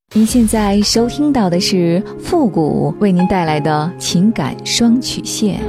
您现在收听到的是复古为您带来的情感双曲线。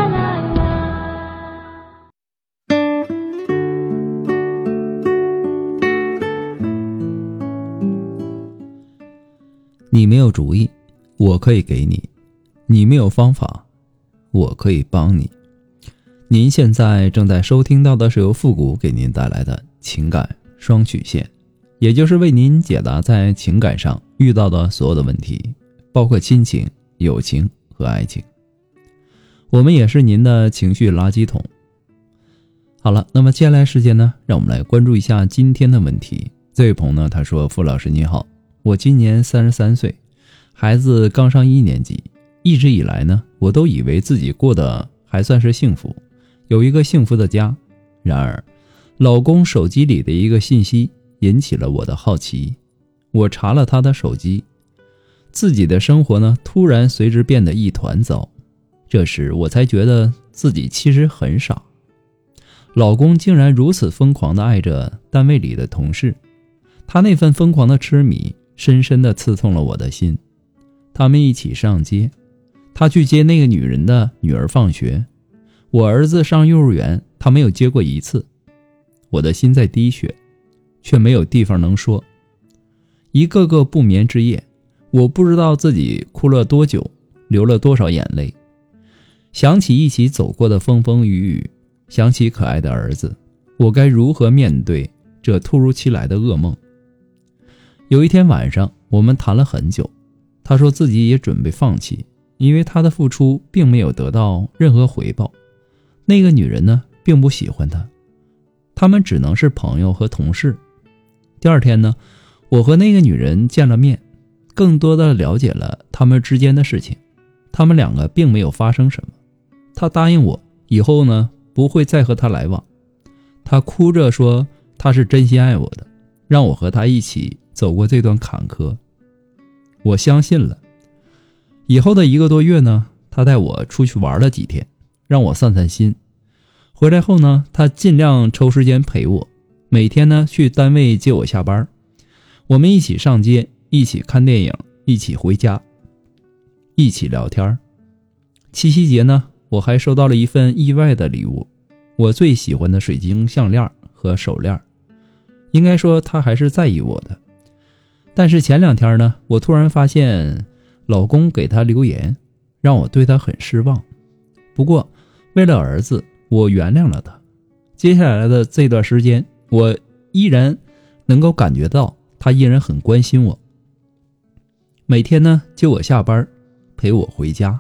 你没有主意，我可以给你；你没有方法，我可以帮你。您现在正在收听到的是由复古给您带来的情感双曲线，也就是为您解答在情感上遇到的所有的问题，包括亲情、友情和爱情。我们也是您的情绪垃圾桶。好了，那么接下来时间呢，让我们来关注一下今天的问题。这位朋友呢，他说：傅老师你好，我今年33岁，孩子刚上1年级，一直以来呢，我都以为自己过得还算是幸福，有一个幸福的家。然而，老公手机里的一个信息引起了我的好奇，我查了他的手机，自己的生活呢，突然随之变得一团糟。这时我才觉得自己其实很傻，老公竟然如此疯狂地爱着单位里的同事，他那份疯狂的痴迷深深地刺痛了我的心。他们一起上街，他去接那个女人的女儿放学，我儿子上幼儿园，他没有接过一次。我的心在滴血，却没有地方能说。一个个不眠之夜，我不知道自己哭了多久，流了多少眼泪。想起一起走过的风风雨雨，想起可爱的儿子，我该如何面对这突如其来的噩梦？有一天晚上，我们谈了很久，他说自己也准备放弃，因为他的付出并没有得到任何回报。那个女人呢，并不喜欢他，他们只能是朋友和同事。第二天呢，我和那个女人见了面，更多的了解了他们之间的事情。他们两个并没有发生什么。他答应我以后呢，不会再和他来往。他哭着说他是真心爱我的，让我和他一起走过这段坎坷。我相信了。以后的1个多月呢，他带我出去玩了几天，让我散散心。回来后呢，他尽量抽时间陪我，每天呢去单位接我下班，我们一起上街，一起看电影，一起回家，一起聊天。七夕节呢，我还收到了一份意外的礼物，我最喜欢的水晶项链和手链。应该说他还是在意我的。但是前2天呢，我突然发现老公给他留言，让我对他很失望。不过为了儿子，我原谅了他。接下来的这段时间，我依然能够感觉到他依然很关心我，每天呢接我下班，陪我回家。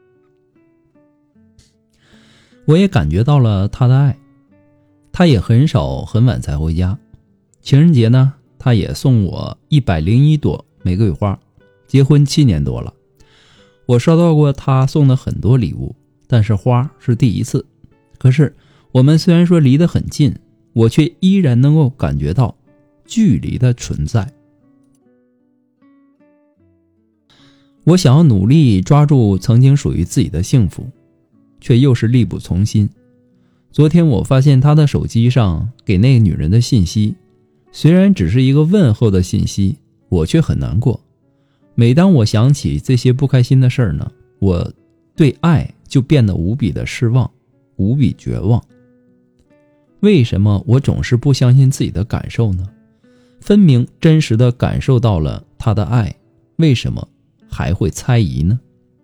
我也感觉到了他的爱，他也很少很晚才回家。情人节呢，他也送我101朵玫瑰花。结婚7年多了，我收到过他送的很多礼物，但是花是第一次。可是我们虽然说离得很近，我却依然能够感觉到距离的存在。我想要努力抓住曾经属于自己的幸福，却又是力不从心。昨天我发现他的手机上给那个女人的信息，虽然只是一个问候的信息，我却很难过。每当我想起这些不开心的事儿呢，我对爱就变得无比的失望，无比绝望。为什么我总是不相信自己的感受呢？分明真实的感受到了他的爱，为什么还会猜疑呢？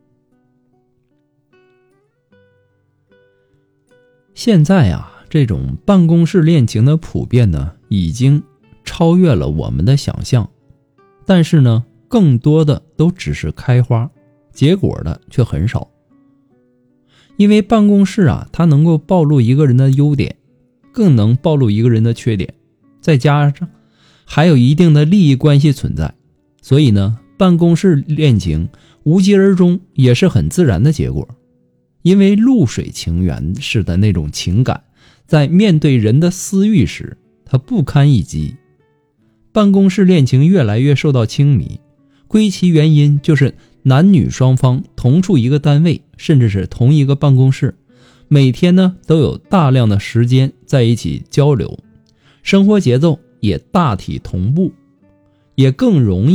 现在啊，这种办公室恋情的普遍呢，已经超越了我们的想象。但是呢，更多的都只是开花，结果的却很少。因为办公室啊，它能够暴露一个人的优点，更能暴露一个人的缺点，再加上还有一定的利益关系存在，所以呢，办公室恋情无疾而终也是很自然的结果。因为露水情缘式的那种情感，在面对人的私欲时，它不堪一击。办公室恋情越来越受到轻迷，归其原因就是男女双方同处一个单位，甚至是同一个办公室，每天呢都有大量的时间在一起交流，生活节奏也大体同步，也更容易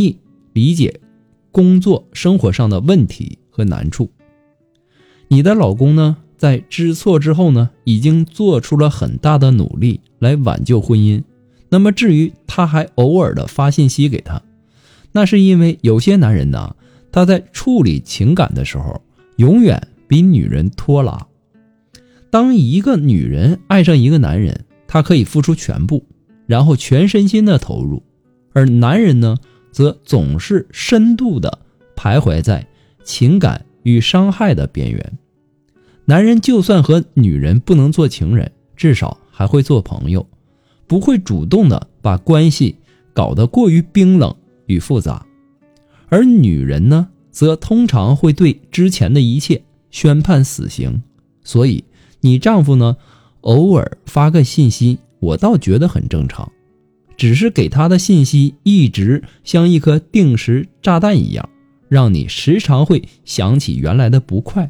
理解工作生活上的问题和难处。你的老公呢，在知错之后呢，已经做出了很大的努力来挽救婚姻。那么至于他还偶尔的发信息给他，那是因为有些男人呢，他在处理情感的时候永远比女人拖拉。当一个女人爱上一个男人，她可以付出全部，然后全身心的投入，而男人呢，则总是深度的徘徊在情感与伤害的边缘。男人就算和女人不能做情人，至少还会做朋友，不会主动的把关系搞得过于冰冷与复杂。而女人呢，则通常会对之前的一切宣判死刑。所以你丈夫呢，偶尔发个信息，我倒觉得很正常，只是给他的信息一直像一颗定时炸弹一样，让你时常会想起原来的不快。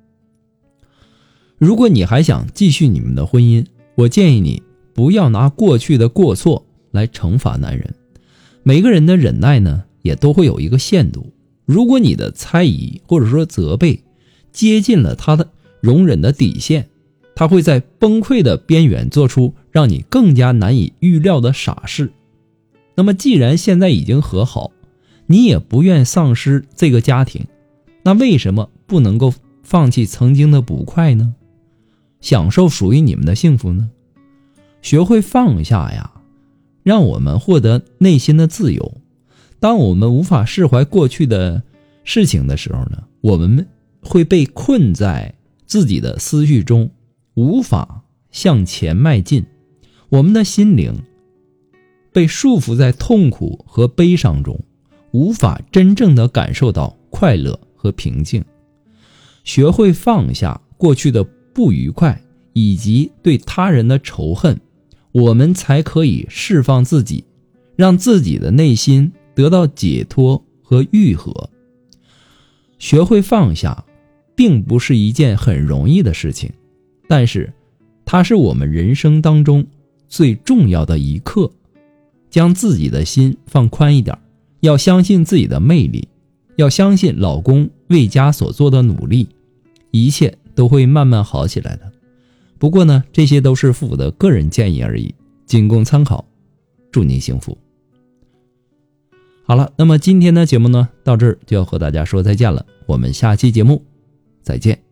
如果你还想继续你们的婚姻，我建议你不要拿过去的过错来惩罚男人。每个人的忍耐呢，也都会有一个限度。如果你的猜疑或者说责备接近了他的容忍的底线，他会在崩溃的边缘做出让你更加难以预料的傻事。那么既然现在已经和好，你也不愿丧失这个家庭，那为什么不能够放弃曾经的不快呢？享受属于你们的幸福呢？学会放下呀，让我们获得内心的自由。当我们无法释怀过去的事情的时候呢，我们会被困在自己的思绪中，无法向前迈进。我们的心灵被束缚在痛苦和悲伤中，无法真正的感受到快乐和平静。学会放下过去的不愉快以及对他人的仇恨，我们才可以释放自己，让自己的内心得到解脱和愈合。学会放下并不是一件很容易的事情，但是它是我们人生当中最重要的一课。将自己的心放宽一点，要相信自己的魅力，要相信老公为家所做的努力，一切都会慢慢好起来的。不过呢，这些都是父母的个人建议而已，仅供参考。祝您幸福。好了，那么今天的节目呢，到这儿就要和大家说再见了。我们下期节目再见。